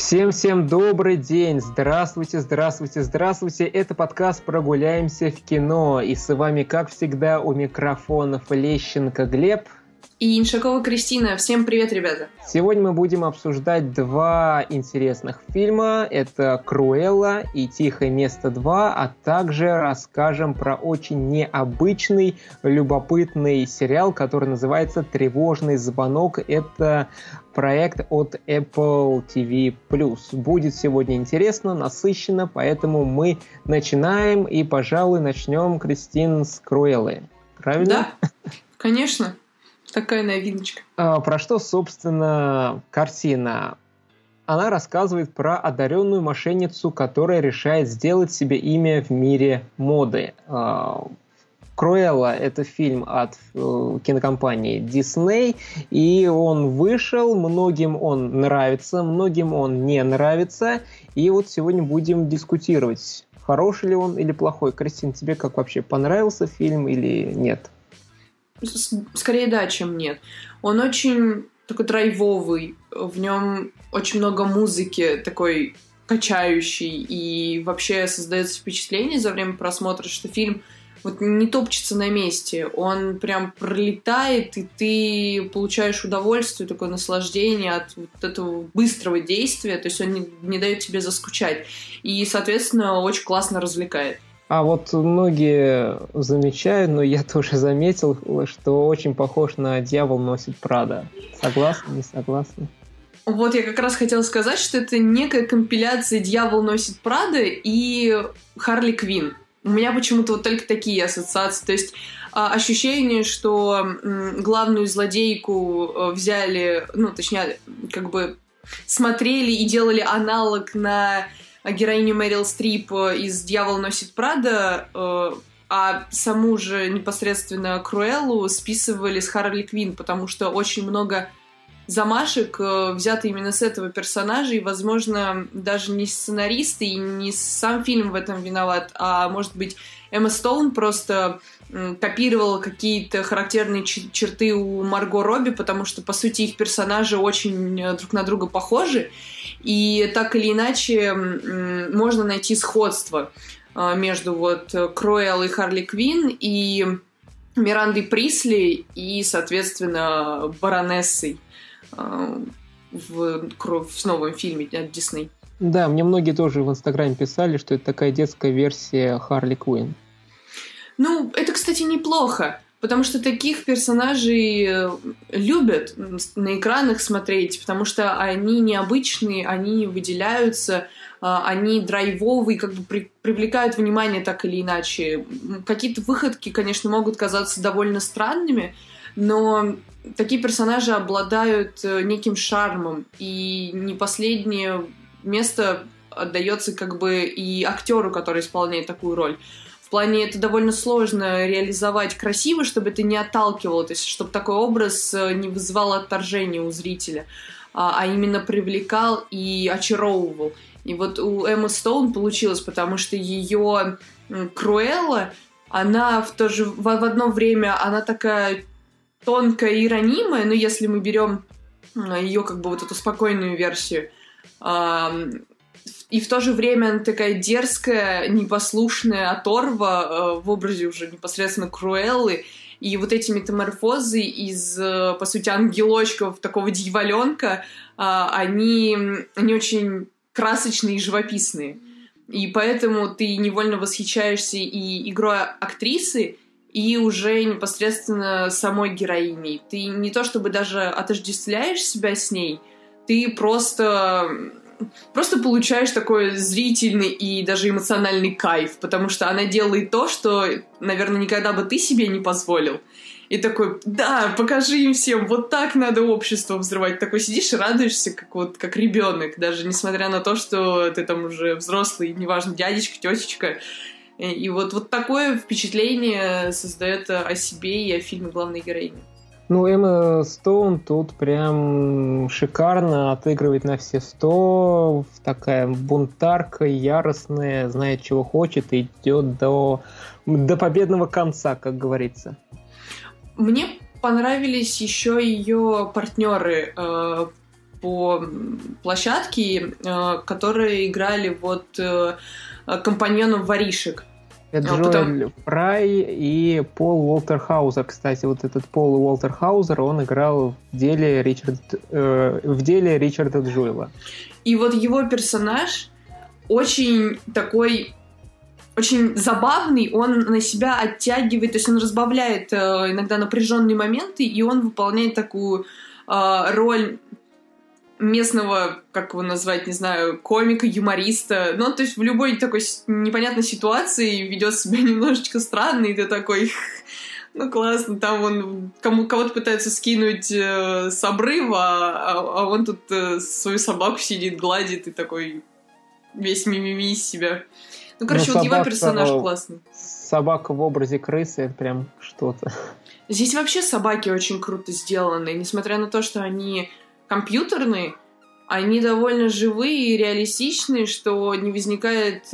Всем добрый день, здравствуйте. Это подкаст «Прогуляемся в кино». И с вами, как всегда, у микрофонов Лещенко Глеб и Иншакова Кристина. Всем привет, ребята. Сегодня мы будем обсуждать два интересных фильма. Это «Круэлла» и «Тихое место 2», а также расскажем про очень необычный, любопытный сериал, который называется «Тревожный звонок». Это проект от Apple TV+. Будет сегодня интересно, насыщенно, поэтому мы начинаем. И, пожалуй, начнем, Кристин, с «Круэллы». Правильно? Да, конечно. Такая новиночка. Про что, собственно, картина? Она рассказывает про одаренную мошенницу, которая решает сделать себе имя в мире моды. «Круэлла» — это фильм от кинокомпании Disney, и он вышел, многим он нравится, многим он не нравится, и вот сегодня будем дискутировать, хороший ли он или плохой. Кристин, тебе как вообще, понравился фильм или нет? Скорее да, чем нет. Он очень такой драйвовый, в нем очень много музыки, такой качающий, и вообще создается впечатление за время просмотра, что фильм вот не топчется на месте, он прям пролетает, и ты получаешь удовольствие, такое наслаждение от вот этого быстрого действия, то есть он не дает тебе заскучать, и, соответственно, очень классно развлекает. А вот многие замечают, но я тоже заметил, что очень похож на «Дьявол носит Прада». Согласны, не согласны? Вот я как раз хотела сказать, что это некая компиляция «Дьявол носит Прада» и «Харли Квинн». У меня почему-то вот только такие ассоциации. То есть ощущение, что главную злодейку взяли, ну, точнее, как бы смотрели и делали аналог на героиню Мэрил Стрип из «Дьявол носит Прада», а саму же непосредственно Круэллу списывали с Харли Квинн, потому что очень много замашек взято именно с этого персонажа, и, возможно, даже не сценаристы и не сам фильм в этом виноват, а, может быть, Эмма Стоун просто копировала какие-то характерные черты у Марго Робби, потому что, по сути, их персонажи очень друг на друга похожи, и так или иначе можно найти сходство между вот Круэллой и Харли Квинн и Мирандой Присли и, соответственно, баронессой в новом фильме от Дисней. Да, мне многие тоже в Инстаграме писали, что это такая детская версия Харли Квинн. Ну, это, кстати, неплохо, потому что таких персонажей любят на экранах смотреть, потому что они необычные, они выделяются, они драйвовые, как бы привлекают внимание так или иначе. Какие-то выходки, конечно, могут казаться довольно странными, но такие персонажи обладают неким шармом, и не последнее место отдается как бы и актеру, который исполняет такую роль. В плане это довольно сложно реализовать красиво, чтобы это не отталкивало, то есть чтобы такой образ не вызывал отторжения у зрителя, а именно привлекал и очаровывал. И вот у Эммы Стоун получилось, потому что ее Круэлла, она в одно время она такая тонкая и ранимая, но если мы берем ее как бы вот эту спокойную версию, и в то же время она такая дерзкая, непослушная оторва в образе уже непосредственно Круэллы, и вот эти метаморфозы из, по сути, ангелочков, такого дьяволенка, они очень красочные и живописные. И поэтому ты невольно восхищаешься и игрой актрисы, и уже непосредственно самой героиней. Ты не то чтобы даже отождествляешь себя с ней, ты просто получаешь такой зрительный и даже эмоциональный кайф, потому что она делает то, что, наверное, никогда бы ты себе не позволил. И такой, да, покажи им всем, вот так надо общество взрывать. Такой сидишь и радуешься, как ребенок, даже несмотря на то, что ты там уже взрослый, неважно, дядечка, тетечка. И вот такое впечатление создает о себе и о фильме главной героини. Ну, Эмма Стоун тут прям шикарно отыгрывает на все 100, такая бунтарка, яростная, знает, чего хочет, и идет до победного конца, как говорится. Мне понравились еще ее партнеры по площадке, которые играли вот компаньонов воришек. Джоэль Фрай и Пол Уолтерхаузер. Кстати, вот этот Пол Уолтерхаузер, он играл в деле Ричарда Джоэла. И вот его персонаж очень такой... очень забавный, он на себя оттягивает, то есть он разбавляет иногда напряженные моменты, и он выполняет такую роль местного, как его назвать, не знаю, комика, юмориста. Ну, то есть в любой такой непонятной ситуации ведет себя немножечко странно, и ты такой, ну, классно, там он кого-то пытается скинуть с обрыва, а он тут свою собаку сидит, гладит, и такой весь мимими из себя. Ну, короче, вот его персонаж классный. Собака в образе крысы — это прям что-то. Здесь вообще собаки очень круто сделаны. Несмотря на то, что они компьютерные, они довольно живые и реалистичные, что не возникает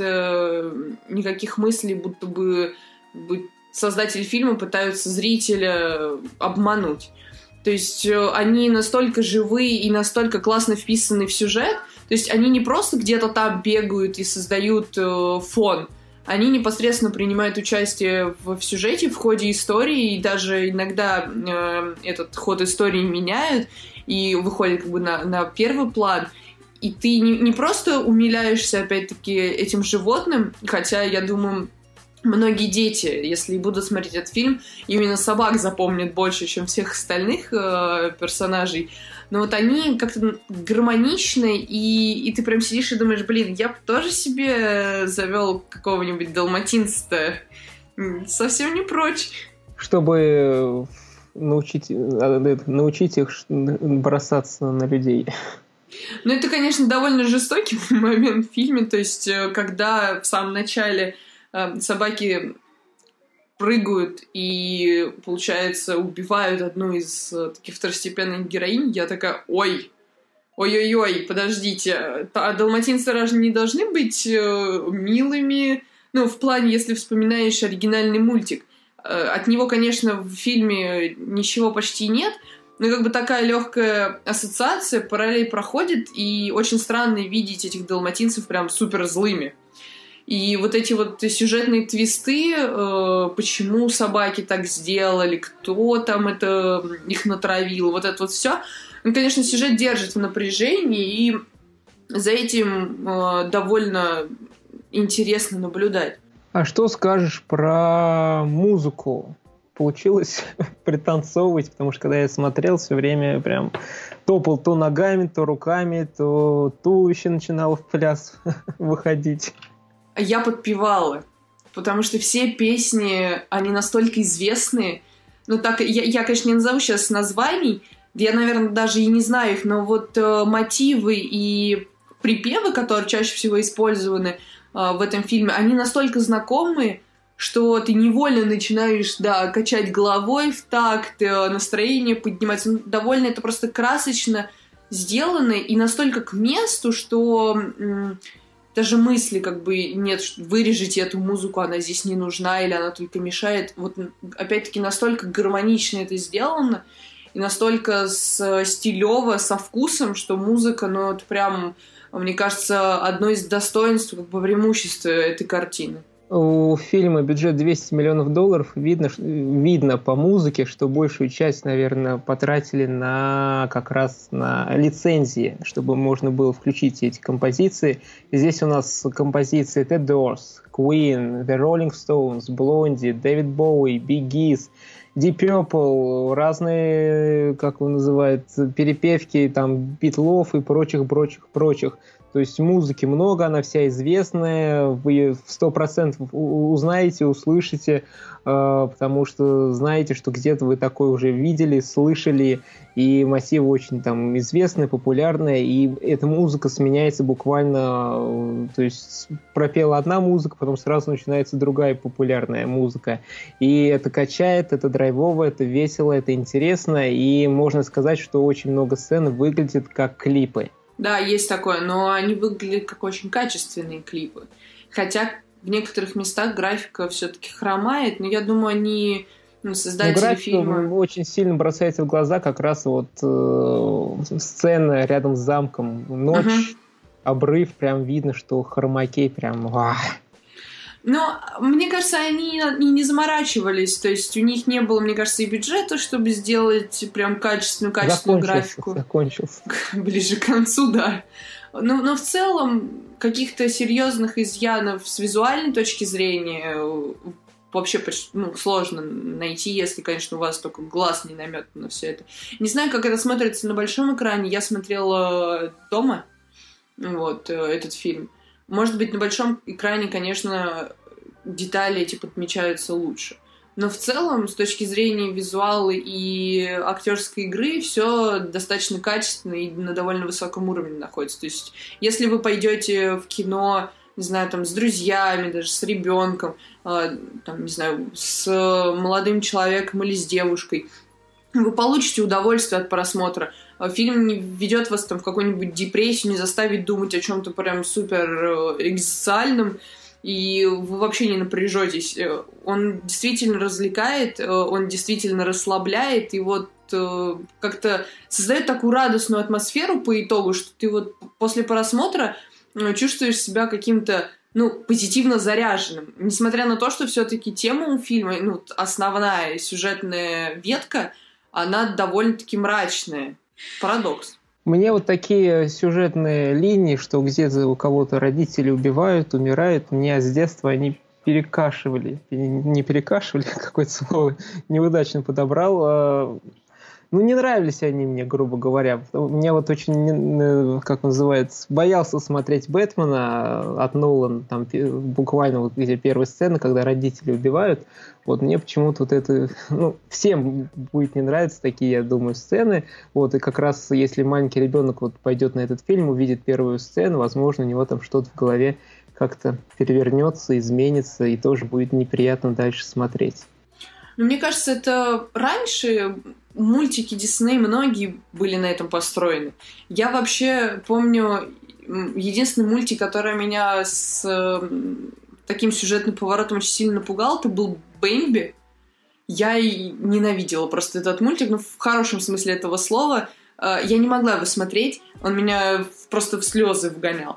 никаких мыслей, будто бы создатели фильма пытаются зрителя обмануть. То есть они настолько живые и настолько классно вписаны в сюжет. То есть они не просто где-то там бегают и создают фон, они непосредственно принимают участие в сюжете, в ходе истории, и даже иногда этот ход истории меняют и выходят как бы на первый план. И ты не просто умиляешься, опять-таки, этим животным, хотя, я думаю, многие дети, если будут смотреть этот фильм, именно собак запомнят больше, чем всех остальных персонажей. Но вот они как-то гармоничны, и ты прям сидишь и думаешь, блин, я бы тоже себе завел какого-нибудь далматинца-то. Совсем не прочь. Чтобы научить их бросаться на людей. Ну, это, конечно, довольно жестокий момент в фильме. То есть, когда в самом начале собаки прыгают и, получается, убивают одну из таких второстепенных героинь, я такая, ой-ой-ой, подождите, а далматинцы разве не должны быть милыми? Ну, в плане, если вспоминаешь оригинальный мультик. От него, конечно, в фильме ничего почти нет, но как бы такая легкая ассоциация, параллель проходит, и очень странно видеть этих далматинцев прям супер злыми. И вот эти вот сюжетные твисты, почему собаки так сделали, кто там это их натравил, вот это вот все. Ну, конечно, сюжет держит в напряжении, и за этим довольно интересно наблюдать. А что скажешь про музыку? Получилось пританцовывать, потому что когда я смотрел, все время прям топал то ногами, то руками, то туловище начинало в пляс выходить. Я подпевала, потому что все песни, они настолько известные. Ну так, я, конечно, не назову сейчас названий, я, наверное, даже и не знаю их, но вот мотивы и припевы, которые чаще всего использованы в этом фильме, они настолько знакомые, что ты невольно начинаешь, да, качать головой в такт, настроение поднимается. Довольно это просто красочно сделано и настолько к месту, что даже мысли как бы нет, что вырежете эту музыку, она здесь не нужна или она только мешает. Вот опять-таки настолько гармонично это сделано и настолько стилево, со вкусом, что музыка, ну, это прям, мне кажется, одно из достоинств, как бы преимуществ этой картины. У фильма бюджет $200 миллионов. Видно по музыке, что большую часть, наверное, потратили как раз на лицензии, чтобы можно было включить эти композиции. И здесь у нас композиции The Doors, Queen, The Rolling Stones, Blondie, David Bowie, Bee Gees, Deep Purple, разные, как его называют, перепевки, там, Битлов и прочих. То есть музыки много, она вся известная, вы ее 100% узнаете, услышите, потому что знаете, что где-то вы такое уже видели, слышали, и мотивы очень там известные, популярные, и эта музыка сменяется буквально, то есть пропела одна музыка, потом сразу начинается другая популярная музыка. И это качает, это драйвово, это весело, это интересно, и можно сказать, что очень много сцен выглядит как клипы. Да, есть такое, но они выглядят как очень качественные клипы. Хотя в некоторых местах графика все-таки хромает, но я думаю, они создатели фильма. Очень сильно бросается в глаза как раз вот сцена рядом с замком. Ночь, обрыв, прям видно, что хромакей прям... Но, мне кажется, они не заморачивались, то есть у них не было, мне кажется, и бюджета, чтобы сделать прям качественную графику. Закончился. Ближе к концу, да. Но в целом каких-то серьезных изъянов с визуальной точки зрения вообще сложно найти, если, конечно, у вас только глаз не наметан на все это. Не знаю, как это смотрится на большом экране. Я смотрела дома этот фильм. Может быть, на большом экране, конечно, детали эти подмечаются лучше. Но в целом, с точки зрения визуала и актерской игры, все достаточно качественно и на довольно высоком уровне находится. То есть, если вы пойдете в кино, не знаю, там, с друзьями, даже с ребенком, там, не знаю, с молодым человеком или с девушкой, вы получите удовольствие от просмотра. Фильм не ведет вас там в какую-нибудь депрессию, не заставит думать о чем-то прям супер экзистенциальном, и вы вообще не напряжетесь. Он действительно развлекает, он действительно расслабляет, и вот как-то создает такую радостную атмосферу по итогу, что ты вот после просмотра чувствуешь себя каким-то позитивно заряженным. Несмотря на то, что все-таки тема у фильма, основная сюжетная ветка, она довольно-таки мрачная. Парадокс. Мне вот такие сюжетные линии, что где-то у кого-то родители убивают, умирают, меня с детства они перекашивали. Не перекашивали, какое-то слово неудачно подобрал. Не нравились они мне, грубо говоря. Мне вот очень, как называется, боялся смотреть «Бэтмена» от Нолана. Там буквально вот где первая сцена, когда родители убивают. Вот мне почему-то вот это... всем будет не нравиться такие, я думаю, сцены. Вот, и как раз если маленький ребенок вот пойдет на этот фильм, увидит первую сцену, возможно, у него там что-то в голове как-то перевернется, изменится, и тоже будет неприятно дальше смотреть. Мне кажется, это раньше мультики Дисней многие были на этом построены. Я вообще помню единственный мультик, который меня с таким сюжетным поворотом очень сильно напугал, это был «Бэмби». Я ненавидела просто этот мультик, в хорошем смысле этого слова. Я не могла его смотреть, он меня просто в слезы вгонял.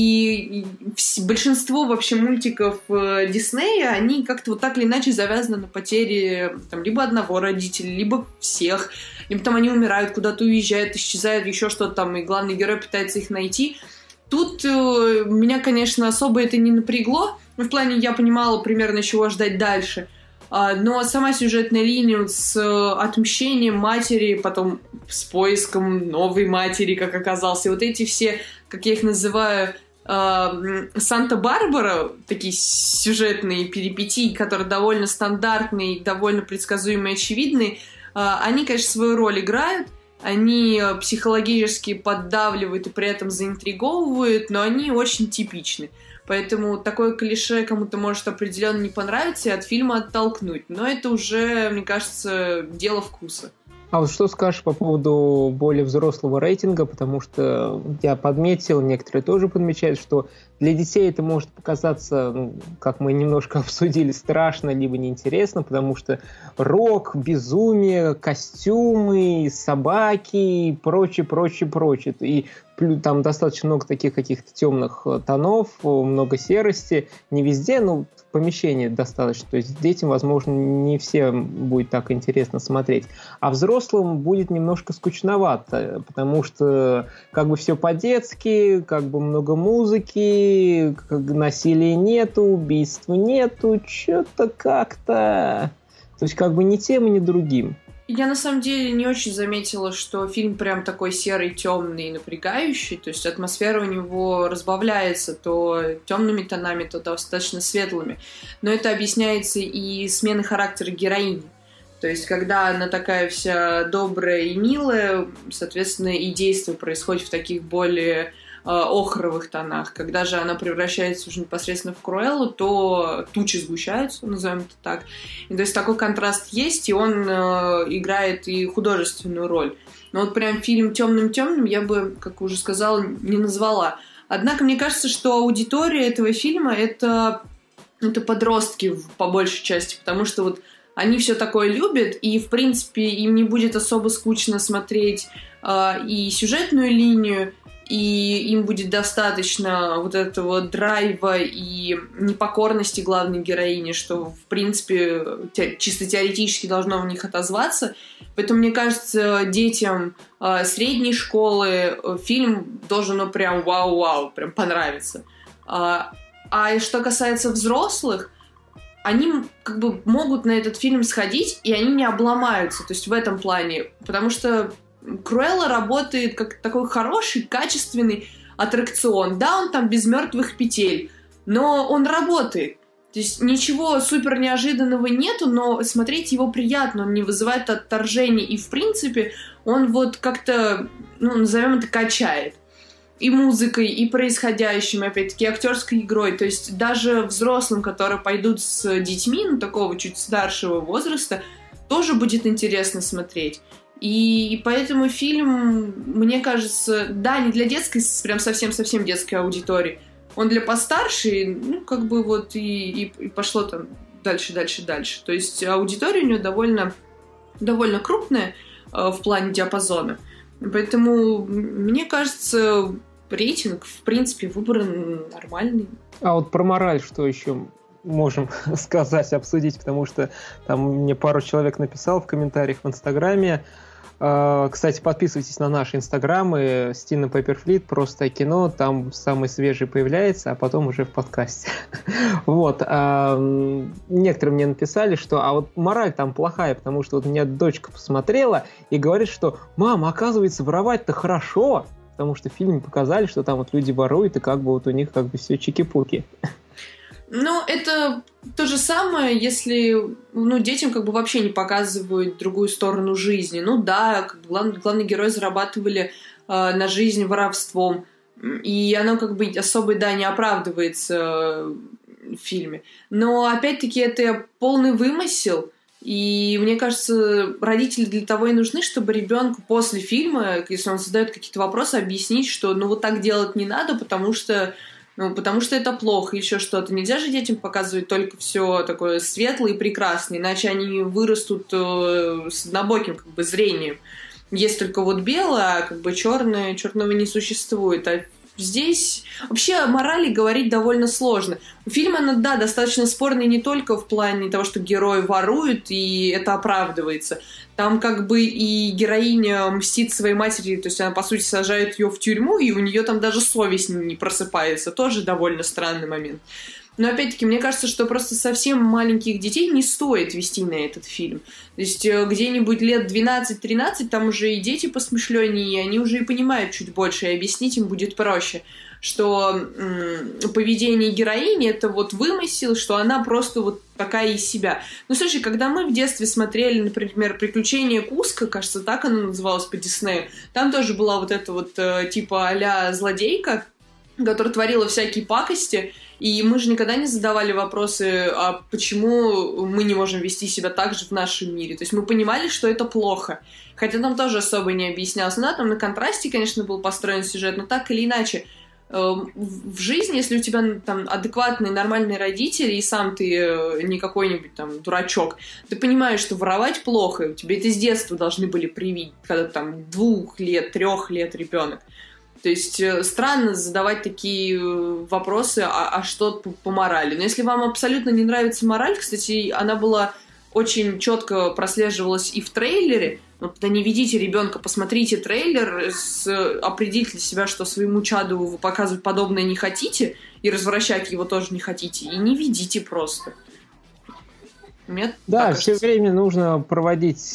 И большинство вообще мультиков Диснея, они как-то вот так или иначе завязаны на потере либо одного родителя, либо всех. Либо там они умирают, куда-то уезжают, исчезают, еще что-то там, и главный герой пытается их найти. Тут меня, конечно, особо это не напрягло. В плане я понимала примерно, чего ждать дальше. Но сама сюжетная линия с отмщением матери, потом с поиском новой матери, как оказалось, и вот эти все, как я их называю, Санта-Барбара, такие сюжетные перипетии, которые довольно стандартные, довольно предсказуемые и очевидные, они, конечно, свою роль играют, они психологически поддавливают и при этом заинтриговывают, но они очень типичны. Поэтому такое клише кому-то может определенно не понравиться и от фильма оттолкнуть. Но это уже, мне кажется, дело вкуса. А вот что скажешь по поводу более взрослого рейтинга? Потому что я подметил, некоторые тоже подмечают, что для детей это может показаться, как мы немножко обсудили, страшно, либо неинтересно, потому что рок, безумие, костюмы, собаки и прочее. И там достаточно много таких каких-то темных тонов, много серости. Не везде, но в помещении достаточно. То есть детям, возможно, не всем будет так интересно смотреть. А взрослым будет немножко скучновато, потому что как бы все по-детски, как бы много музыки, насилия нету, убийств нету, что-то как-то... То есть как бы ни тем и ни другим. Я, на самом деле, не очень заметила, что фильм прям такой серый, темный и напрягающий. То есть атмосфера у него разбавляется то темными тонами, то достаточно светлыми. Но это объясняется и сменой характера героини. То есть когда она такая вся добрая и милая, соответственно, и действие происходит в таких более охровых тонах. Когда же она превращается уже непосредственно в Круэллу, то тучи сгущаются, назовем это так. И, то есть такой контраст есть, и он играет и художественную роль. Но вот прям фильм «Темным-темным» я бы, как уже сказала, не назвала. Однако мне кажется, что аудитория этого фильма — это подростки по большей части, потому что вот они все такое любят, и, в принципе, им не будет особо скучно смотреть и сюжетную линию, и им будет достаточно вот этого драйва и непокорности главной героини, что, в принципе, чисто теоретически должно в них отозваться. Поэтому, мне кажется, детям средней школы фильм должен, ну, прям вау-вау, прям понравиться. А что касается взрослых, они как бы могут на этот фильм сходить, и они не обломаются, то есть в этом плане, потому что Круэлла работает как такой хороший, качественный аттракцион. Да, он там без мертвых петель, но он работает. То есть ничего супер неожиданного нету, но смотреть его приятно, он не вызывает отторжения, и в принципе он вот как-то, ну, назовем это, качает. И музыкой, и происходящим, и опять-таки актерской игрой. То есть даже взрослым, которые пойдут с детьми, ну, такого чуть старшего возраста, тоже будет интересно смотреть. И поэтому фильм, мне кажется, да, не для детской, прям совсем-совсем детской аудитории. Он для постарше, ну, как бы вот и пошло там дальше. То есть аудитория у него довольно крупная в плане диапазона. Поэтому, мне кажется, рейтинг, в принципе, выбран нормальный. А вот про мораль что еще можем сказать, обсудить, потому что там мне пару человек написал в комментариях в Инстаграме. Кстати, подписывайтесь на наши инстаграмы Стина Пепперфлит, просто кино, там самый свежий появляется, а потом уже в подкасте. Вот. Некоторые мне написали, что а вот мораль там плохая, потому что вот у меня дочка посмотрела и говорит, что мама, оказывается, воровать-то хорошо, потому что в фильме показали, что там вот люди воруют, и как бы вот у них как бы все чики-пуки. Ну, это то же самое, если, ну, детям как бы вообще не показывают другую сторону жизни. Ну да, как бы главные герои зарабатывали на жизнь воровством, и оно как бы особо, да, не оправдывается в фильме. Но, опять-таки, это полный вымысел, и мне кажется, родители для того и нужны, чтобы ребенку после фильма, если он задает какие-то вопросы, объяснить, что ну вот так делать не надо, потому что это плохо, еще что-то. Нельзя же детям показывать только все такое светлое и прекрасное, иначе они вырастут с однобоким как бы зрением. Есть только вот белое, а как бы черного не существует. А здесь вообще о морали говорить довольно сложно. Фильм, она, да, достаточно спорный не только в плане того, что герой ворует, и это оправдывается. Там как бы и героиня мстит своей матери, то есть она, по сути, сажает ее в тюрьму, и у нее там даже совесть не просыпается. Тоже довольно странный момент. Но, опять-таки, мне кажется, что просто совсем маленьких детей не стоит вести на этот фильм. То есть где-нибудь лет 12-13 там уже и дети посмышленнее, и они уже и понимают чуть больше, и объяснить им будет проще, что поведение героини — это вот вымысел, что она просто вот такая из себя. Ну, слушай, когда мы в детстве смотрели, например, «Приключения Куско», кажется, так оно называлось по Диснею, там тоже была вот эта вот типа а-ля злодейка, которая творила всякие пакости, и мы же никогда не задавали вопросы, а почему мы не можем вести себя так же в нашем мире. То есть мы понимали, что это плохо. Хотя там тоже особо не объяснялось. Ну да, там на контрасте, конечно, был построен сюжет, но так или иначе, в жизни, если у тебя там адекватные, нормальные родители, и сам ты не какой-нибудь там дурачок, ты понимаешь, что воровать плохо, тебе это с детства должны были привить, когда ты там 2 лет, 3 лет ребенок. То есть странно задавать такие вопросы, а что по морали. Но если вам абсолютно не нравится мораль, кстати, она была очень четко прослеживалась и в трейлере, но тогда не ведите ребенка, посмотрите трейлер, определите для себя, что своему чаду вы показывать подобное не хотите, и развращать его тоже не хотите, и не ведите просто. Мне да, все время нужно проводить,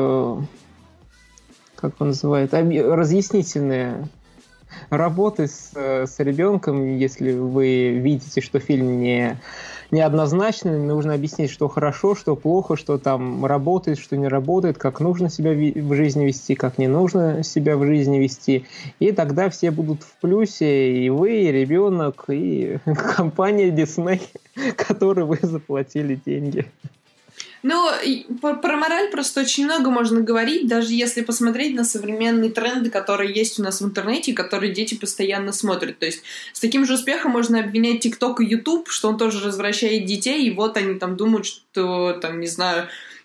как он называет, разъяснительные работы с ребенком, если вы видите, что фильм неоднозначный, нужно объяснить, что хорошо, что плохо, что там работает, что не работает, как нужно себя в жизни вести, как не нужно себя в жизни вести. И тогда все будут в плюсе, и вы, и ребенок, и компания Disney, которой вы заплатили деньги. Ну, про мораль просто очень много можно говорить, даже если посмотреть на современные тренды, которые есть у нас в интернете, которые дети постоянно смотрят. То есть с таким же успехом можно обвинять TikTok и YouTube, что он тоже развращает детей, и вот они там думают, что, там, не знаю,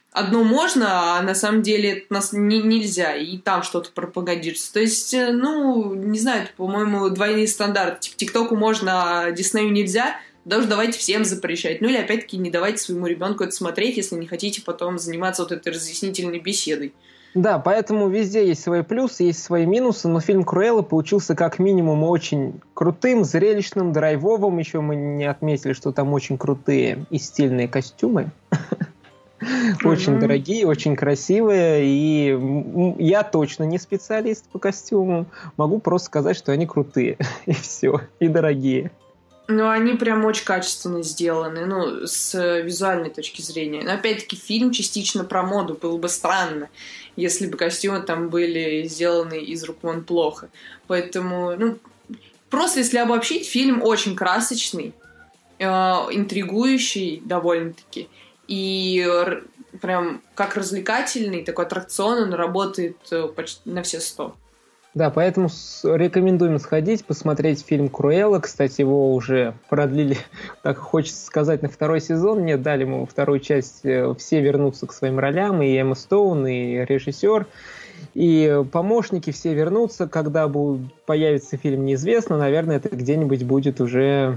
одно можно, а на самом деле это нас нельзя, и там что-то пропагандируется. То есть, ну, не знаю, это, по-моему, двойные стандарты. Типа, ТикТоку можно, а Диснею нельзя, даже давайте всем запрещать. Ну или, опять-таки, не давайте своему ребенку это смотреть, если не хотите потом заниматься вот этой разъяснительной беседой. Да, поэтому везде есть свои плюсы, есть свои минусы, но фильм «Круэлла» получился как минимум очень крутым, зрелищным, драйвовым. Еще мы не отметили, что там очень крутые и стильные костюмы. Очень дорогие, очень красивые, и я точно не специалист по костюмам, могу просто сказать, что они крутые, и все, и дорогие. Ну, они прям очень качественно сделаны, ну, с визуальной точки зрения. Но, опять-таки, фильм частично про моду. Было бы странно, если бы костюмы там были сделаны из рук вон плохо. Поэтому, ну, просто если обобщить, фильм очень красочный, интригующий довольно-таки. И прям как развлекательный, такой аттракцион, он работает почти на все 100. Да, поэтому рекомендуем сходить, посмотреть фильм «Круэлла». Кстати, его уже продлили, так хочется сказать, на второй сезон. Нет, дали ему вторую часть, все вернутся к своим ролям, и Эмма Стоун, и режиссер, и помощники все вернутся. Когда появится фильм, неизвестно. Наверное, это где-нибудь будет уже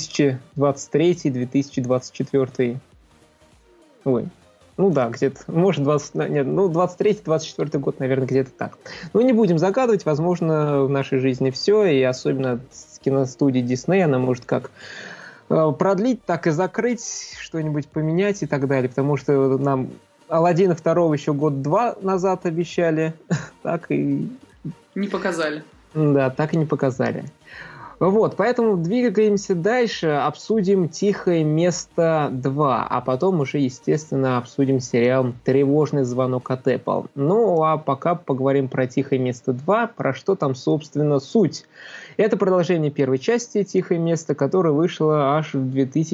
2023-2024. Ой. Ну да, где-то, может, 23-24 год, наверное, где-то так. Но не будем загадывать, возможно, в нашей жизни все, и особенно с киностудией Disney она может как продлить, так и закрыть, что-нибудь поменять и так далее, потому что нам Аладдина 2 еще год-два назад обещали, так и... Не показали. Да, так и не показали. Вот, поэтому двигаемся дальше, обсудим «Тихое место 2», а потом уже, естественно, обсудим сериал «Тревожный звонок от Apple». Ну, а пока поговорим про «Тихое место 2», про что там, собственно, суть. Это продолжение первой части «Тихое место», которая вышла аж в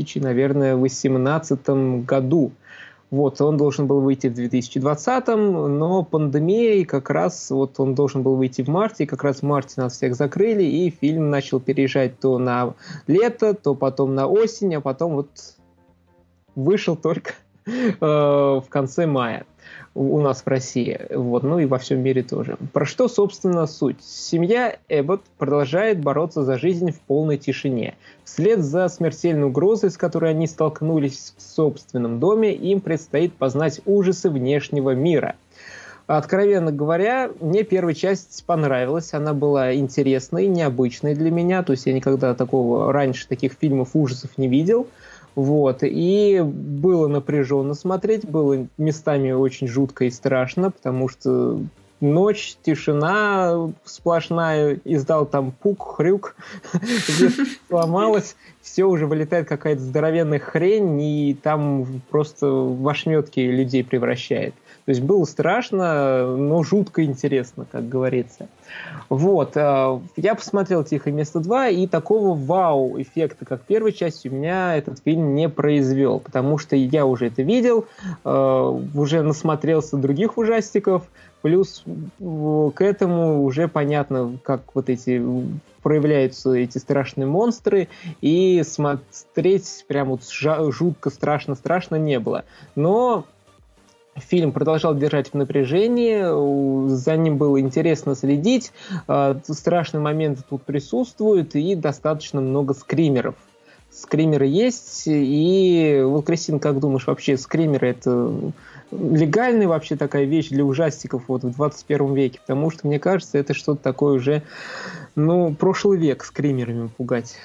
2018 году. Вот, он должен был выйти в 2020-м, но пандемия, и как раз вот он должен был выйти в марте, и как раз в марте нас всех закрыли, и фильм начал переезжать то на лето, то потом на осень, а потом вот вышел только в конце мая у нас в России, вот, ну и во всем мире тоже. Про что, собственно, суть? Семья Эббот продолжает бороться за жизнь в полной тишине. Вслед за смертельной угрозой, с которой они столкнулись в собственном доме, им предстоит познать ужасы внешнего мира. Откровенно говоря, мне первая часть понравилась, она была интересной, необычной для меня, то есть я никогда раньше таких фильмов ужасов не видел. Вот, и было напряженно смотреть, было местами очень жутко и страшно, потому что ночь, тишина сплошная, издал там пук, хрюк, сломалось, все уже вылетает какая-то здоровенная хрень, и там просто в ошметки людей превращает. То есть было страшно, но жутко интересно, как говорится. Вот. Я посмотрел «Тихое место 2», и такого вау-эффекта, как первой части, у меня этот фильм не произвел, потому что я уже это видел, уже насмотрелся других ужастиков, плюс к этому уже понятно, как вот проявляются эти страшные монстры, и смотреть прям вот жутко, страшно не было. Но фильм продолжал держать в напряжении, за ним было интересно следить, страшные моменты тут присутствуют, и достаточно много скримеров. Скримеры есть, и вот, Кристина, как думаешь, вообще скримеры — это легальная вообще такая вещь для ужастиков вот в 21 веке? Потому что, мне кажется, это что-то такое уже, прошлый век скримерами пугать.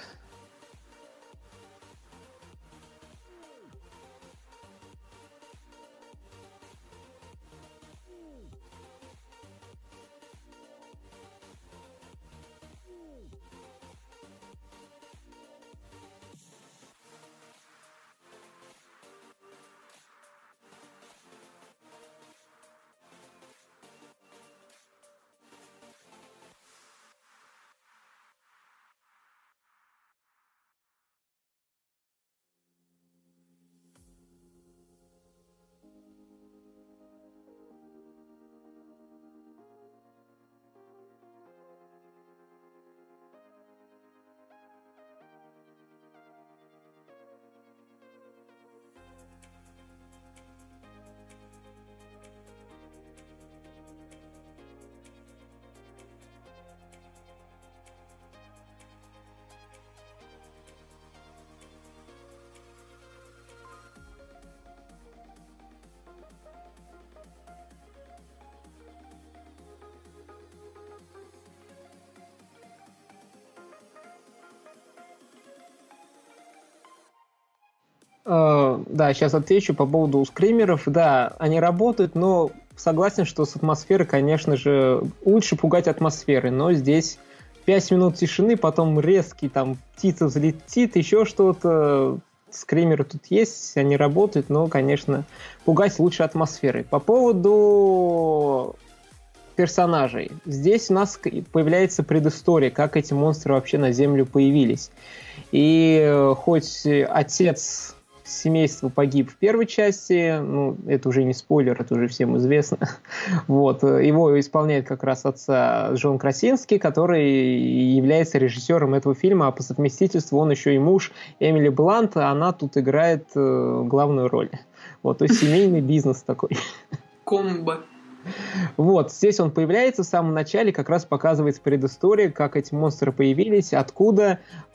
Да, сейчас отвечу по поводу скримеров. Да, они работают, но согласен, что с атмосферой, конечно же, лучше пугать атмосферой, но здесь 5 минут тишины, потом резкий, там, птица взлетит, еще что-то. Скримеры тут есть, они работают, но, конечно, пугать лучше атмосферой. По поводу персонажей. Здесь у нас появляется предыстория, как эти монстры вообще на Землю появились. И хоть отец семейства погиб в первой части, ну, это уже не спойлер, это уже всем известно. Вот. Его исполняет как раз отца Джон Красинский, который является режиссером этого фильма, а по совместительству он еще и муж Эмили Блант, а она тут играет главную роль. Вот, то есть семейный бизнес такой. Комбо. Вот, здесь он появляется в самом начале, как раз показывается предыстория, как эти монстры появились, откуда,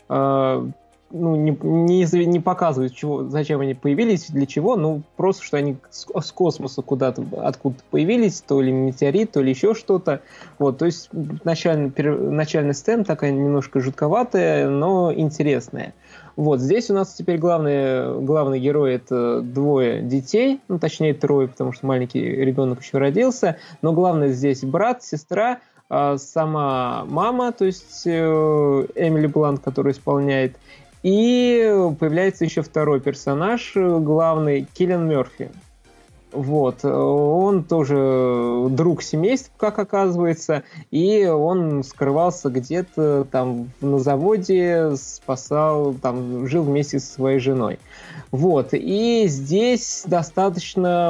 не показывают, зачем они появились, для чего, ну, просто, что они с космоса куда-то, откуда-то появились, то ли метеорит, то ли еще что-то. Вот, то есть начальный сцена такая немножко жутковатая, но интересная. Вот, здесь у нас теперь главный герой — это двое детей, ну, точнее, трое, потому что маленький ребенок еще родился, но главное здесь брат, сестра, сама мама, то есть Эмили Блант, которая исполняет, и появляется еще второй персонаж, главный, Киллиан Мерфи. Вот. Он тоже друг семейства, как оказывается, и он скрывался где-то там на заводе, жил вместе со своей женой. Вот. И здесь достаточно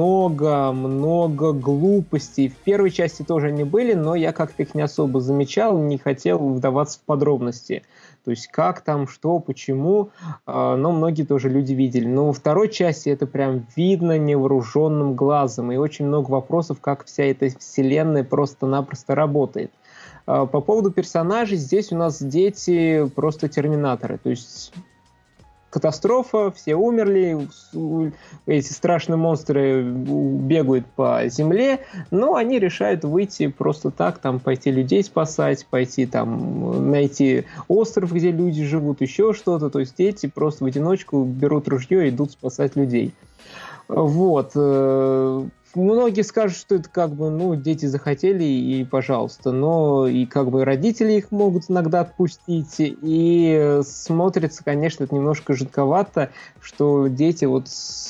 много глупостей. В первой части тоже они были, но я как-то их не особо замечал, не хотел вдаваться в подробности. То есть как там, что, почему, но многие тоже люди видели. Но во второй части это прям видно невооруженным глазом, и очень много вопросов, как вся эта вселенная просто-напросто работает. По поводу персонажей, здесь у нас дети просто терминаторы, то есть катастрофа, все умерли, эти страшные монстры бегают по земле, но они решают выйти просто так, там, пойти людей спасать, пойти там найти остров, где люди живут, еще что-то, то есть дети просто в одиночку берут ружье и идут спасать людей. Вот. Многие скажут, что это как бы, ну, дети захотели и пожалуйста, но и как бы родители их могут иногда отпустить, и смотрится, конечно, это немножко жутковато, что дети вот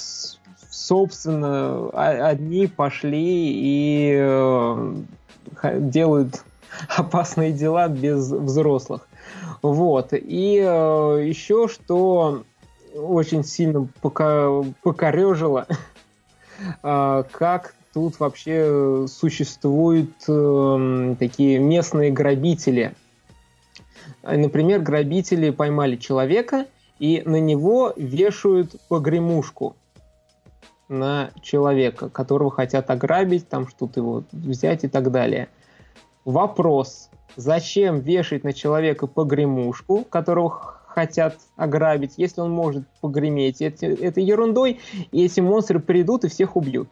собственно одни пошли и делают опасные дела без взрослых. Вот. И еще что очень сильно покорежило, как тут вообще существуют такие местные грабители. Например, грабители поймали человека и на него вешают погремушку на человека, которого хотят ограбить, там что-то его взять и так далее. Вопрос: зачем вешать на человека погремушку, которого хотят ограбить, если он может погреметь этой ерундой, и эти монстры придут и всех убьют?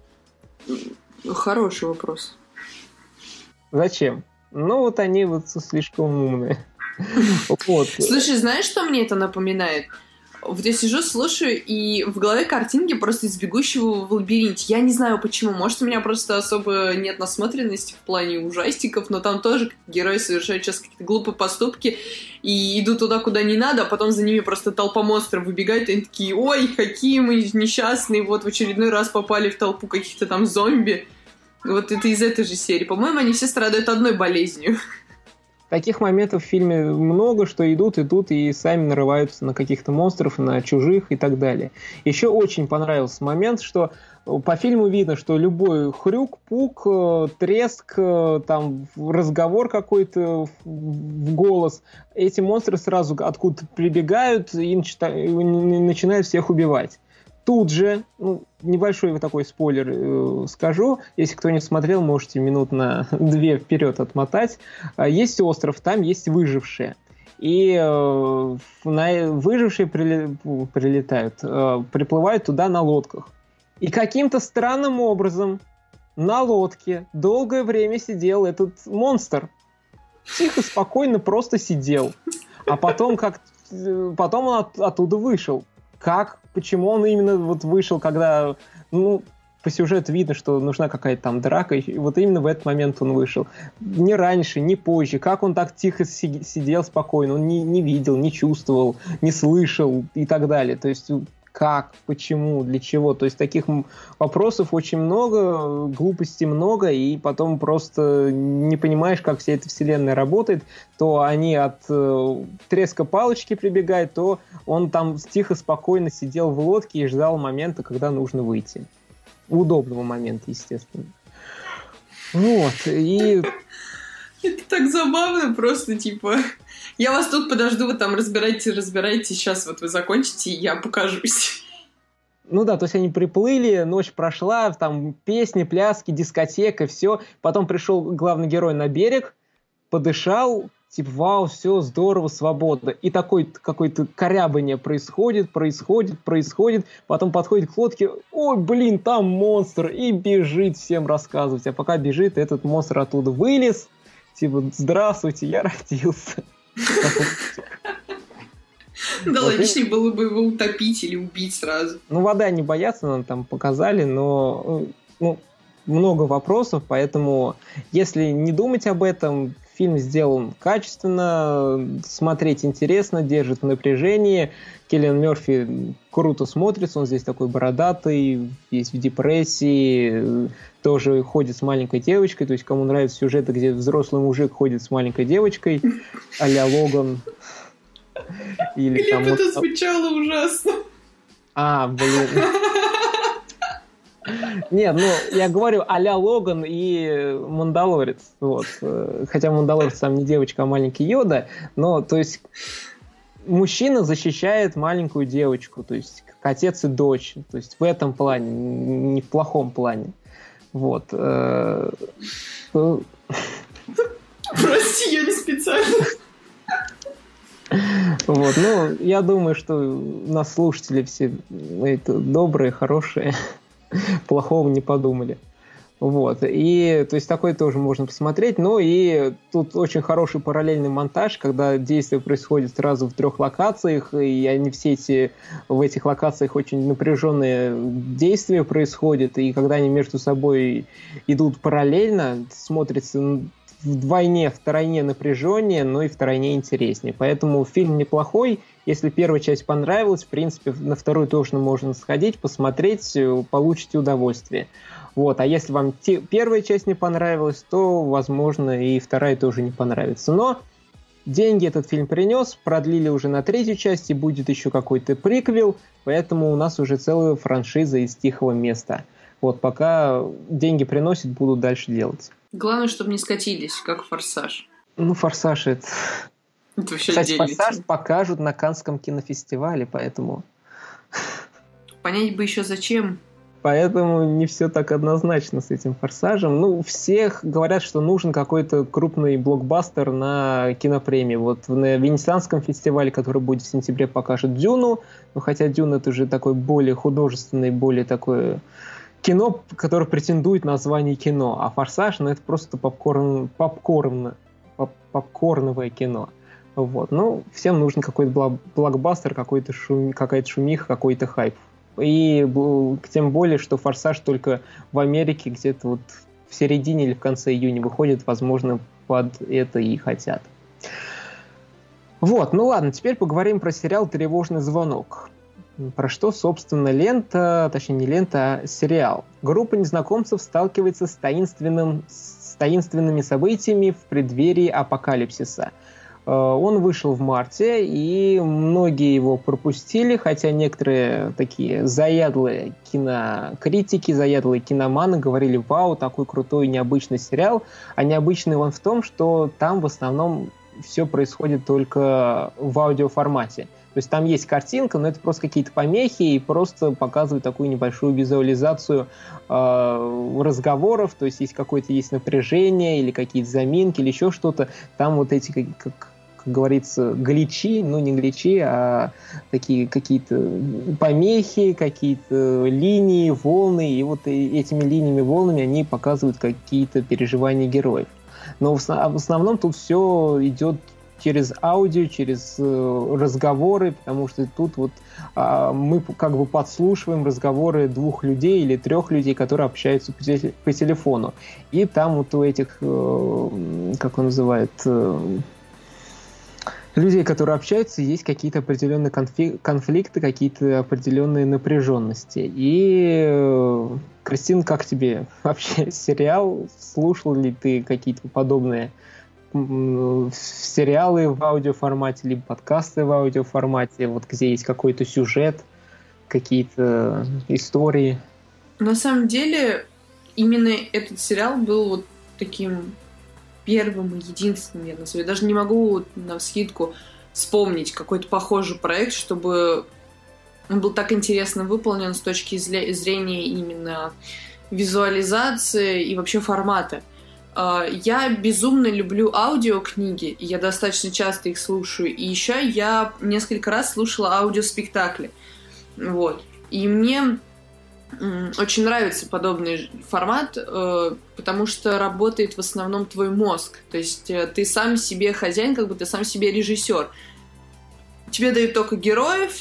Хороший вопрос. Зачем? Ну, вот они вот слишком умные. Слушай, знаешь, что мне это напоминает? Вот я сижу, слушаю, и в голове картинки просто из «Бегущего в лабиринте». Я не знаю почему. Может, у меня просто особо нет насмотренности в плане ужастиков, но там тоже герои совершают сейчас какие-то глупые поступки и идут туда, куда не надо, а потом за ними просто толпа монстров выбегает, и они такие: ой, какие мы несчастные, вот в очередной раз попали в толпу каких-то там зомби. Вот это из этой же серии. По-моему, они все страдают одной болезнью. Таких моментов в фильме много, что идут и сами нарываются на каких-то монстров, на чужих и так далее. Еще очень понравился момент, что по фильму видно, что любой хрюк, пук, треск, там, разговор какой-то в голос, эти монстры сразу откуда-то прибегают и начинают всех убивать. Тут же, небольшой вот такой спойлер скажу, если кто не смотрел, можете минут на 2 вперед отмотать. Есть остров, там есть выжившие. И выжившие прилетают, приплывают туда на лодках. И каким-то странным образом на лодке долгое время сидел этот монстр. Тихо, спокойно просто сидел. А потом он оттуда вышел. как, почему он именно вот вышел, когда, ну, по сюжету видно, что нужна какая-то там драка, и вот именно в этот момент он вышел. Ни раньше, ни позже. Как он так тихо сидел спокойно, он не видел, не чувствовал, не слышал и так далее. То есть как, почему, для чего. То есть таких вопросов очень много, глупостей много, и потом просто не понимаешь, как вся эта вселенная работает. То они от треска палочки прибегают, то он там тихо, спокойно сидел в лодке и ждал момента, когда нужно выйти. Удобного момента, естественно. Вот, и... Это так забавно, просто, типа... Я вас тут подожду, вы там разбирайте, сейчас вот вы закончите, и я покажусь. Ну да, то есть они приплыли, ночь прошла, там песни, пляски, дискотека, все. Потом пришел главный герой на берег, подышал, типа, вау, все, здорово, свободно. И такое какое-то корябание происходит. Потом подходит к лодке, ой, блин, там монстр, и бежит всем рассказывать. А пока бежит, этот монстр оттуда вылез, типа, здравствуйте, я родился. Да, логичнее было бы его утопить или убить сразу. Ну, вода не боятся, нам там показали, но много вопросов, поэтому если не думать об этом, фильм сделан качественно, смотреть интересно, держит в напряжении. Киллиан Мёрфи круто смотрится, он здесь такой бородатый, весь в депрессии, тоже ходит с маленькой девочкой, то есть кому нравятся сюжеты, где взрослый мужик ходит с маленькой девочкой, а-ля Логан. Или там это звучало ужасно. Блин. Нет, ну, я говорю а-ля Логан и Мандалорец. Вот. Хотя Мандалорец там не девочка, а маленький Йода. Но, то есть, мужчина защищает маленькую девочку. То есть, как отец и дочь. То есть, в этом плане, не в плохом плане. Вот. Прости, я не специально. Вот, ну, я думаю, что у нас слушатели все добрые, хорошие. Плохого не подумали. Вот. И, то есть, такое тоже можно посмотреть. Ну, и тут очень хороший параллельный монтаж, когда действие происходит сразу в 3 локациях, и они все в этих локациях очень напряженные действия происходят, и когда они между собой идут параллельно, смотрится втройне напряженнее, но и втройне интереснее. Поэтому фильм неплохой. Если первая часть понравилась, в принципе, на вторую тоже можно сходить, посмотреть, получите удовольствие. Вот. А если вам первая часть не понравилась, то, возможно, и вторая тоже не понравится. Но деньги этот фильм принес, продлили уже на 3-ю часть, и будет еще какой-то приквел, поэтому у нас уже целая франшиза из «Тихого места». Вот, пока деньги приносит, буду дальше делать. Главное, чтобы не скатились, как «Форсаж». Ну, «Форсаж» это... Это вообще Кстати, отдельный «Форсаж» тем. покажут на Каннском кинофестивале, поэтому... Понять бы еще зачем. Поэтому не все так однозначно с этим «Форсажем». Ну, всех говорят, что нужен какой-то крупный блокбастер на кинопремии. Вот на Венецианском фестивале, который будет в сентябре, покажут «Дюну». Ну, хотя «Дюна» — это уже такой более художественный, более такое... кино, которое претендует на звание кино, а «Форсаж», ну, это просто попкорновое кино. Вот. Ну, всем нужен какой-то блокбастер, какая-то шумиха, какой-то хайп. И тем более, что «Форсаж» только в Америке где-то вот в середине или в конце июня выходит, возможно, под это и хотят. Вот, ну ладно, теперь поговорим про сериал «Тревожный звонок». Про что, собственно, лента, точнее не лента, а сериал. Группа незнакомцев сталкивается с таинственными событиями в преддверии апокалипсиса. Он вышел в марте, и многие его пропустили, хотя некоторые такие заядлые кинокритики, заядлые киноманы говорили: вау, такой крутой необычный сериал. А необычный он в том, что там в основном все происходит только в аудиоформате. То есть там есть картинка, но это просто какие-то помехи и просто показывают такую небольшую визуализацию разговоров, то есть есть напряжение или какие-то заминки или еще что-то. Там вот эти, как говорится, гличи, ну не гличи, а такие какие-то помехи, какие-то линии, волны, и вот этими линиями, волнами они показывают какие-то переживания героев. Но в основном тут все идет через аудио, через разговоры, потому что тут вот мы как бы подслушиваем разговоры двух людей или трех людей, которые общаются по телефону. И там вот у этих, как он называет, людей, которые общаются, есть какие-то определенные конфликты, какие-то определенные напряженности. И, Кристин, как тебе вообще сериал? Слушал ли ты какие-то подобные сериалы в аудиоформате, либо подкасты в аудиоформате, вот где есть какой-то сюжет, какие-то истории? На самом деле, именно этот сериал был вот таким первым и единственным, я назову. Я даже не могу навскидку вспомнить какой-то похожий проект, чтобы он был так интересно выполнен с точки зрения именно визуализации и вообще формата. Я безумно люблю аудиокниги, и я достаточно часто их слушаю. И еще я несколько раз слушала аудиоспектакли. Вот. И мне очень нравится подобный формат, потому что работает в основном твой мозг. То есть ты сам себе хозяин, как бы ты сам себе режиссер. Тебе дают только героев,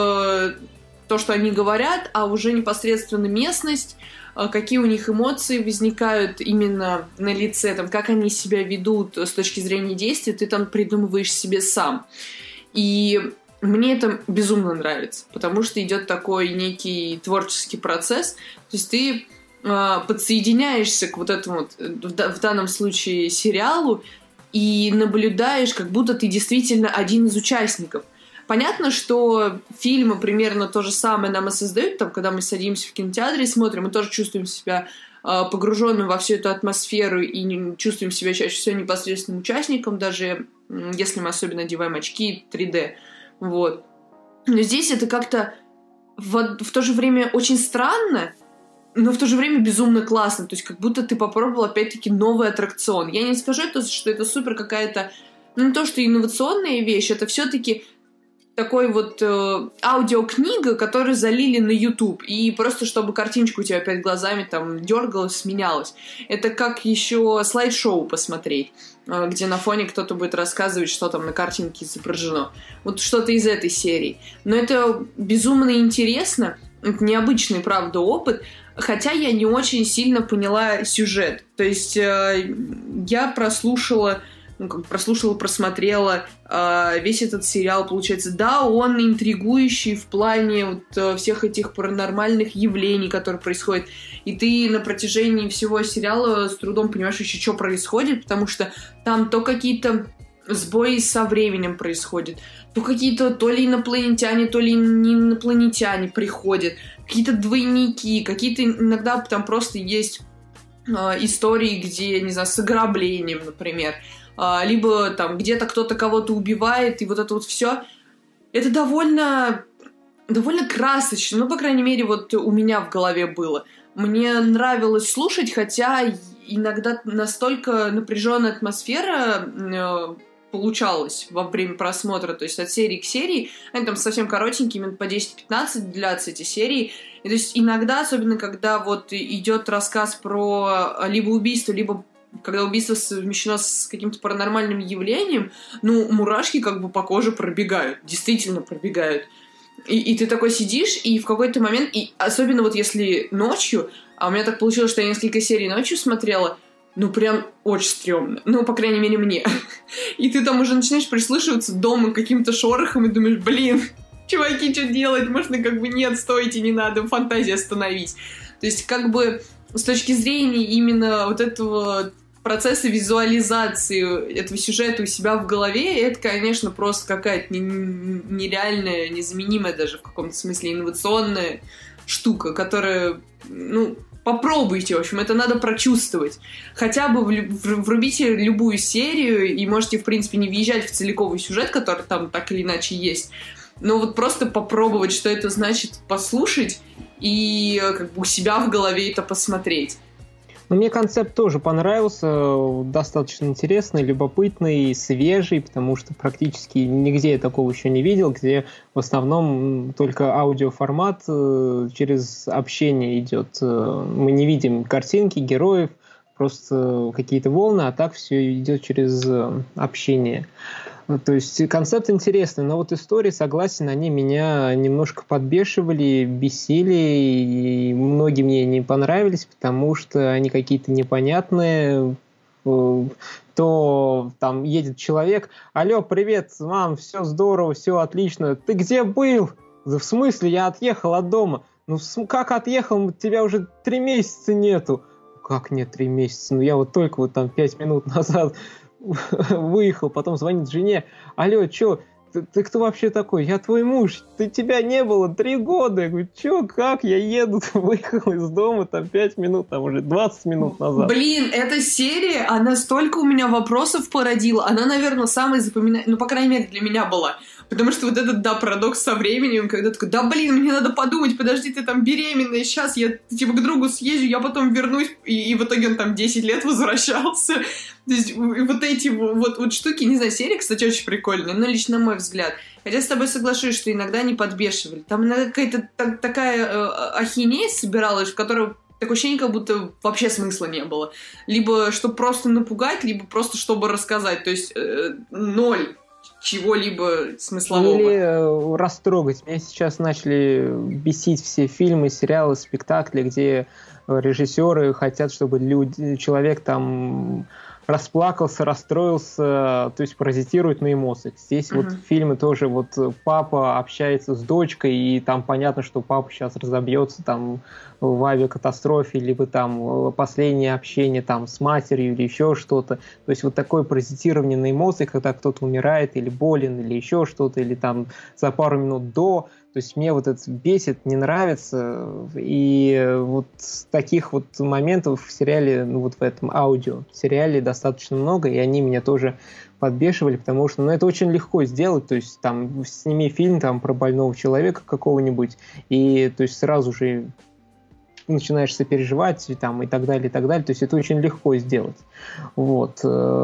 то, что они говорят, а уже непосредственно местность, какие у них эмоции возникают именно на лице, там, как они себя ведут с точки зрения действия, ты там придумываешь себе сам. И мне это безумно нравится, потому что идет такой некий творческий процесс, то есть ты подсоединяешься к вот этому, вот, в данном случае, сериалу и наблюдаешь, как будто ты действительно один из участников. Понятно, что фильмы примерно то же самое нам и создают, там, когда мы садимся в кинотеатре и смотрим, мы тоже чувствуем себя погруженным во всю эту атмосферу и чувствуем себя чаще всего непосредственным участником, даже если мы особенно надеваем очки 3D. Вот. Но здесь это как-то в то же время очень странно, но в то же время безумно классно. То есть как будто ты попробовал опять-таки новый аттракцион. Я не скажу, что это супер какая-то, не то что инновационная вещь, это все-таки такой вот аудиокнига, которую залили на YouTube. И просто чтобы картиночка у тебя перед глазами там дергалась, сменялась. Это как еще слайд-шоу посмотреть, где на фоне кто-то будет рассказывать, что там на картинке изображено. Вот что-то из этой серии. Но это безумно интересно. Это необычный, правда, опыт. Хотя я не очень сильно поняла сюжет. То есть я просмотрела весь этот сериал, получается. Да, он интригующий в плане вот всех этих паранормальных явлений, которые происходят. И ты на протяжении всего сериала с трудом понимаешь еще, что происходит, потому что там то какие-то сбои со временем происходят, то какие-то то ли инопланетяне, то ли не инопланетяне приходят, какие-то двойники, какие-то иногда там просто есть истории, где, не знаю, с ограблением, например, либо там где-то кто-то кого-то убивает, и вот это вот все. Это довольно красочно, ну, по крайней мере, вот у меня в голове было. Мне нравилось слушать, хотя иногда настолько напряженная атмосфера получалась во время просмотра, то есть от серии к серии, они там совсем коротенькие, минут по 10-15 длятся эти серии, и то есть иногда, особенно когда вот идет рассказ про либо убийство, либо когда убийство совмещено с каким-то паранормальным явлением, ну, мурашки как бы по коже пробегают, действительно пробегают. И ты такой сидишь, и в какой-то момент, и особенно вот если ночью, а у меня так получилось, что я несколько серий ночью смотрела, ну, прям очень стрёмно. Ну, по крайней мере, мне. И ты там уже начинаешь прислушиваться дома к каким-то шорохам и думаешь, блин, чуваки, что делать? Можно как бы нет, стойте, не надо, фантазию остановить. То есть как бы с точки зрения именно вот этого процесса визуализации этого сюжета у себя в голове, это, конечно, просто какая-то нереальная, незаменимая даже в каком-то смысле инновационная штука, которая, ну, попробуйте, в общем, это надо прочувствовать. Хотя бы врубите любую серию и можете, в принципе, не въезжать в целиковый сюжет, который там так или иначе есть, но вот просто попробовать, что это значит послушать и как бы у себя в голове это посмотреть. Но мне концепт тоже понравился, достаточно интересный, любопытный, свежий, потому что практически нигде я такого еще не видел, где в основном только аудиоформат через общение идет. Мы не видим картинки, героев, просто какие-то волны, а так все идет через общение. То есть концепт интересный, но вот истории, согласен, они меня немножко подбешивали, бесили, и многие мне не понравились, потому что они какие-то непонятные. То там едет человек: алло, привет, мам, все здорово, все отлично, ты где был? В смысле, я отъехал от дома. Ну как отъехал, тебя уже 3 месяца нету. Как нет 3 месяца? Ну я вот только вот там 5 минут назад выехал, потом звонит жене: алло, чё, ты кто вообще такой? Я твой муж, тебя не было 3 года. Я говорю: чё, как, я еду, выехал из дома там 5 минут, там уже 20 минут назад. Блин, эта серия, она столько у меня вопросов породила, она, наверное, самая запоминаемая, ну, по крайней мере, для меня была. Потому что вот этот, да, парадокс со временем, когда такой: да блин, мне надо подумать, подожди, ты там беременная, сейчас я типа к другу съезжу, я потом вернусь, и в итоге он там 10 лет возвращался. То есть вот эти вот штуки, не знаю, серия, кстати, очень прикольная, но лично на мой взгляд. Хотя с тобой соглашусь, что иногда они подбешивали. Там какая-то такая ахинея собиралась, в которой такое ощущение, как будто вообще смысла не было. Либо чтобы просто напугать, либо просто чтобы рассказать. То есть ноль чего-либо смыслового. Или растрогать. Меня сейчас начали бесить все фильмы, сериалы, спектакли, где режиссеры хотят, чтобы человек там расплакался, расстроился, то есть паразитирует на эмоциях. Здесь вот фильмы тоже, вот папа общается с дочкой, и там понятно, что папа сейчас разобьется там в авиакатастрофе, либо там последнее общение там с матерью или еще что-то. То есть вот такое паразитирование на эмоциях, когда кто-то умирает или болен, или еще что-то, или там за пару минут до. То есть мне вот это бесит, не нравится. И вот таких вот моментов в сериале, ну вот в этом аудио-сериале достаточно много, и они меня тоже подбешивали, потому что, ну, это очень легко сделать. То есть там сними фильм там про больного человека какого-нибудь, и то есть сразу же начинаешь сопереживать там, и так далее, и так далее. То есть это очень легко сделать. Вот.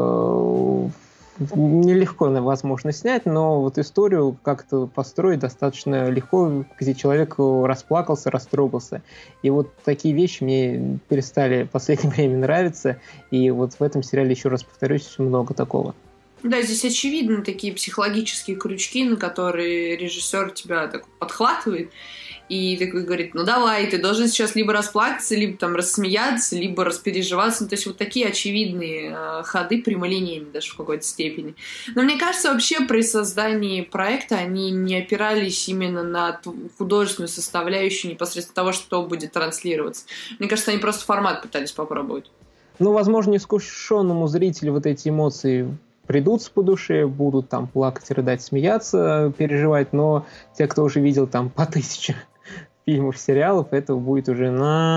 Нелегко, возможно, снять, но вот историю как-то построить достаточно легко, где человек расплакался, растрогался. И вот такие вещи мне перестали в последнее время нравиться, и вот в этом сериале, еще раз повторюсь, много такого. Да, здесь очевидно такие психологические крючки, на которые режиссер тебя так подхватывает и такой говорит: ну давай, ты должен сейчас либо расплакаться, либо там рассмеяться, либо распереживаться. Ну, то есть вот такие очевидные ходы прямолинейными даже в какой-то степени. Но мне кажется, вообще при создании проекта они не опирались именно на художественную составляющую непосредственно того, что будет транслироваться. Мне кажется, они просто формат пытались попробовать. Ну, возможно, неискушенному зрителю вот эти эмоции придутся по душе, будут там плакать, рыдать, смеяться, переживать, но те, кто уже видел там по 1000 фильмов, сериалов, это будет уже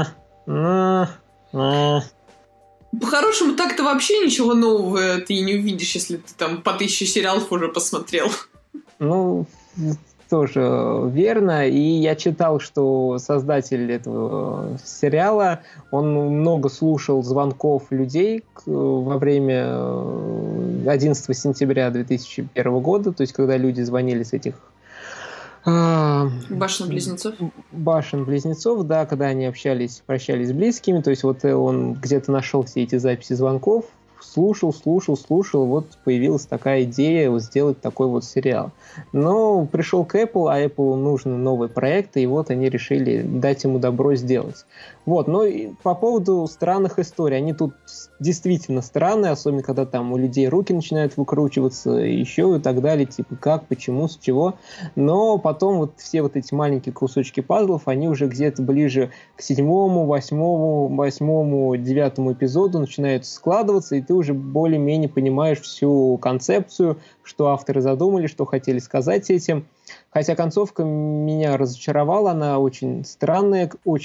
По-хорошему, так-то вообще ничего нового ты не увидишь, если ты там по 1000 сериалов уже посмотрел. Ну, тоже верно. И я читал, что создатель этого сериала, он много слушал звонков людей во время 11 сентября 2001 года, то есть когда люди звонили с этих Башен-близнецов? Башен-близнецов, да, когда они общались, прощались с близкими, то есть вот он где-то нашел все эти записи звонков, слушал, вот появилась такая идея вот сделать такой вот сериал. Но пришел к Apple, а Apple нужны новые проекты, и вот они решили дать ему добро сделать. Вот, но и по поводу странных историй, они тут действительно странные, особенно когда там у людей руки начинают выкручиваться, еще и так далее, типа как, почему, с чего. Но потом вот все вот эти маленькие кусочки пазлов, они уже где-то ближе к 7-му, 8-му, 9-му эпизоду начинают складываться, и ты уже более-менее понимаешь всю концепцию, что авторы задумали, что хотели сказать этим. Хотя концовка меня разочаровала, она очень странная,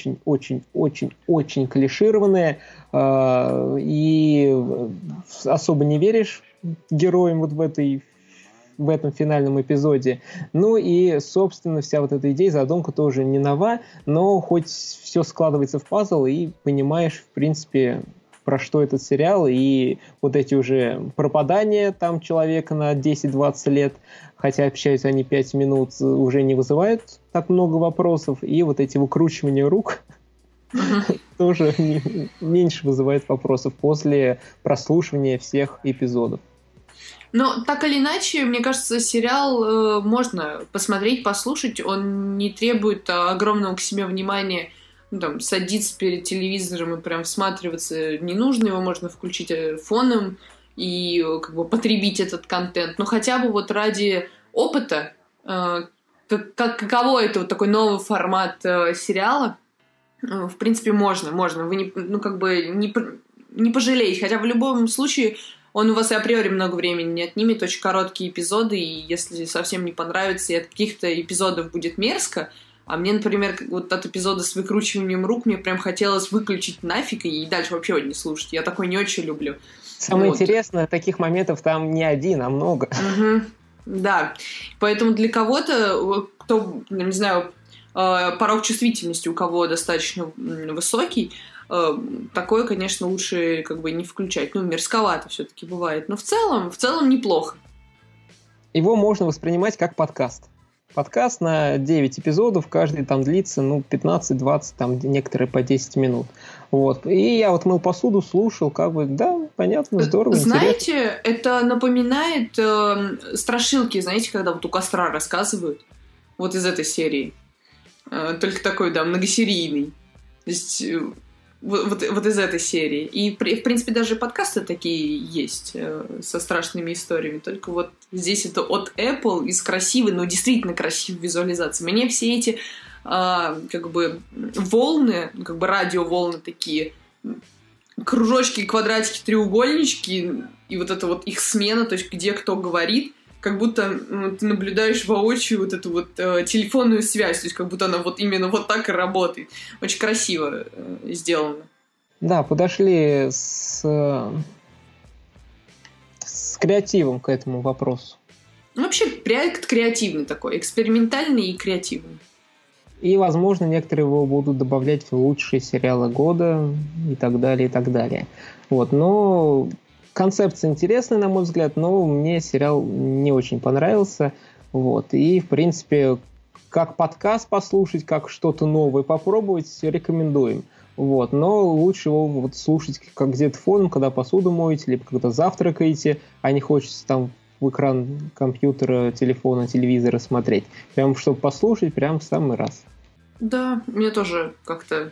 очень клишированная, и особо не веришь героям вот в этом финальном эпизоде. Ну и, собственно, вся вот эта идея, задумка тоже не нова, но хоть все складывается в пазл, и понимаешь, в принципе, про что этот сериал, и вот эти уже пропадания там человека на 10-20 лет, хотя общаются они 5 минут, уже не вызывают так много вопросов, и вот эти выкручивания рук тоже меньше вызывает вопросов после прослушивания всех эпизодов. Но так или иначе, мне кажется, сериал можно посмотреть, послушать. Он не требует огромного к себе внимания. Ну, там, садиться перед телевизором и прям всматриваться не нужно. Его можно включить фоном и как бы потребить этот контент. Но хотя бы вот ради опыта, каково это вот такой новый формат сериала, в принципе, можно. Вы не пожалеете. Хотя в любом случае он у вас и априори много времени не отнимет. Очень короткие эпизоды, и если совсем не понравится, и от каких-то эпизодов будет мерзко, а мне, например, вот от эпизода с выкручиванием рук мне прям хотелось выключить нафиг и дальше вообще его не слушать. Я такой не очень люблю. Самое интересное, таких моментов там не один, а много. Да. Поэтому для кого-то, кто, не знаю, порог чувствительности у кого достаточно высокий, такое, конечно, лучше как бы не включать. Ну, мерзковато все-таки бывает. Но в целом неплохо. Его можно воспринимать как подкаст. Подкаст на 9 эпизодов, каждый там длится, 15-20, там некоторые по 10 минут. Вот. И я вот мыл посуду, слушал, как бы, да, понятно, здорово, знаете, интересно. Это напоминает страшилки, знаете, когда вот у костра рассказывают. Вот из этой серии. Только такой, да, многосерийный. То есть вот из этой серии. И, в принципе, даже подкасты такие есть со страшными историями. Только вот здесь это от Apple из красивой, но действительно красивой визуализации. Мне все эти как бы волны, как бы радиоволны такие, кружочки, квадратики, треугольнички, и вот это вот их смена, то есть где кто говорит, как будто ты наблюдаешь воочию вот эту вот телефонную связь, то есть как будто она вот именно вот так и работает. Очень красиво сделано. Да, подошли с креативом к этому вопросу. Вообще проект креативный такой, экспериментальный и креативный. И, возможно, некоторые его будут добавлять в лучшие сериалы года и так далее, и так далее. Вот, но концепция интересная, на мой взгляд, но мне сериал не очень понравился. Вот. И, в принципе, как подкаст послушать, как что-то новое попробовать, рекомендуем. Вот. Но лучше его вот слушать как где-то фоном, когда посуду моете, либо когда завтракаете, а не хочется там в экран компьютера, телефона, телевизора смотреть. Прям, чтобы послушать, прям в самый раз. Да, мне тоже как-то...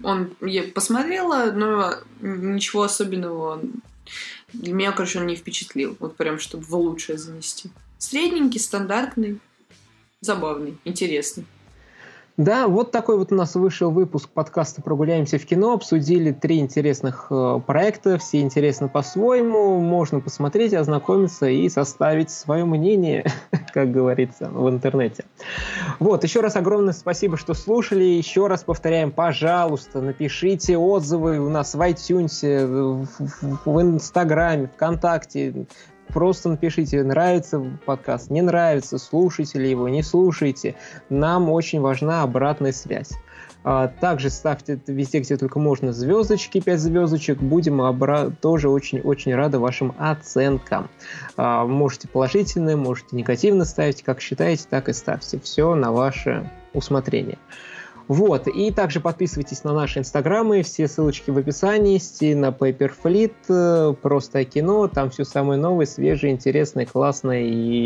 Я посмотрела, но ничего особенного... Для меня, короче, он не впечатлил. Вот прям, чтобы в лучшее занести. Средненький, стандартный, забавный, интересный. Да, вот такой вот у нас вышел выпуск подкаста «Прогуляемся в кино». Обсудили 3 интересных проекта, все интересны по-своему. Можно посмотреть, ознакомиться и составить свое мнение, как говорится, в интернете. Вот, еще раз огромное спасибо, что слушали. Еще раз повторяем, пожалуйста, напишите отзывы у нас в iTunes, в Инстаграме, ВКонтакте. Просто напишите, нравится подкаст, не нравится, слушаете ли его, не слушаете. Нам очень важна обратная связь. Также ставьте везде, где только можно, звездочки, 5 звездочек. Будем тоже очень рады вашим оценкам. Можете положительные, можете негативно ставить, как считаете, так и ставьте. Все на ваше усмотрение. Вот, и также подписывайтесь на наши инстаграмы, все ссылочки в описании, на Paperfleet, просто кино, там все самое новое, свежее, интересное, классное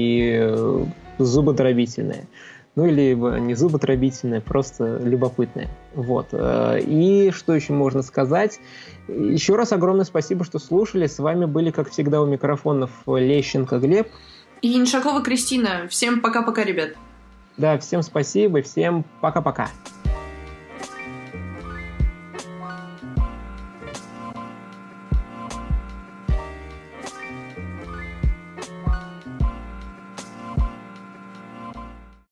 и зубодробительное. Ну, или не зубодробительное, просто любопытное. Вот. И что еще можно сказать? Еще раз огромное спасибо, что слушали. С вами были, как всегда, у микрофонов Лещенко Глеб. И Иншакова Кристина. Всем пока-пока, ребят. Да, всем спасибо, всем пока-пока.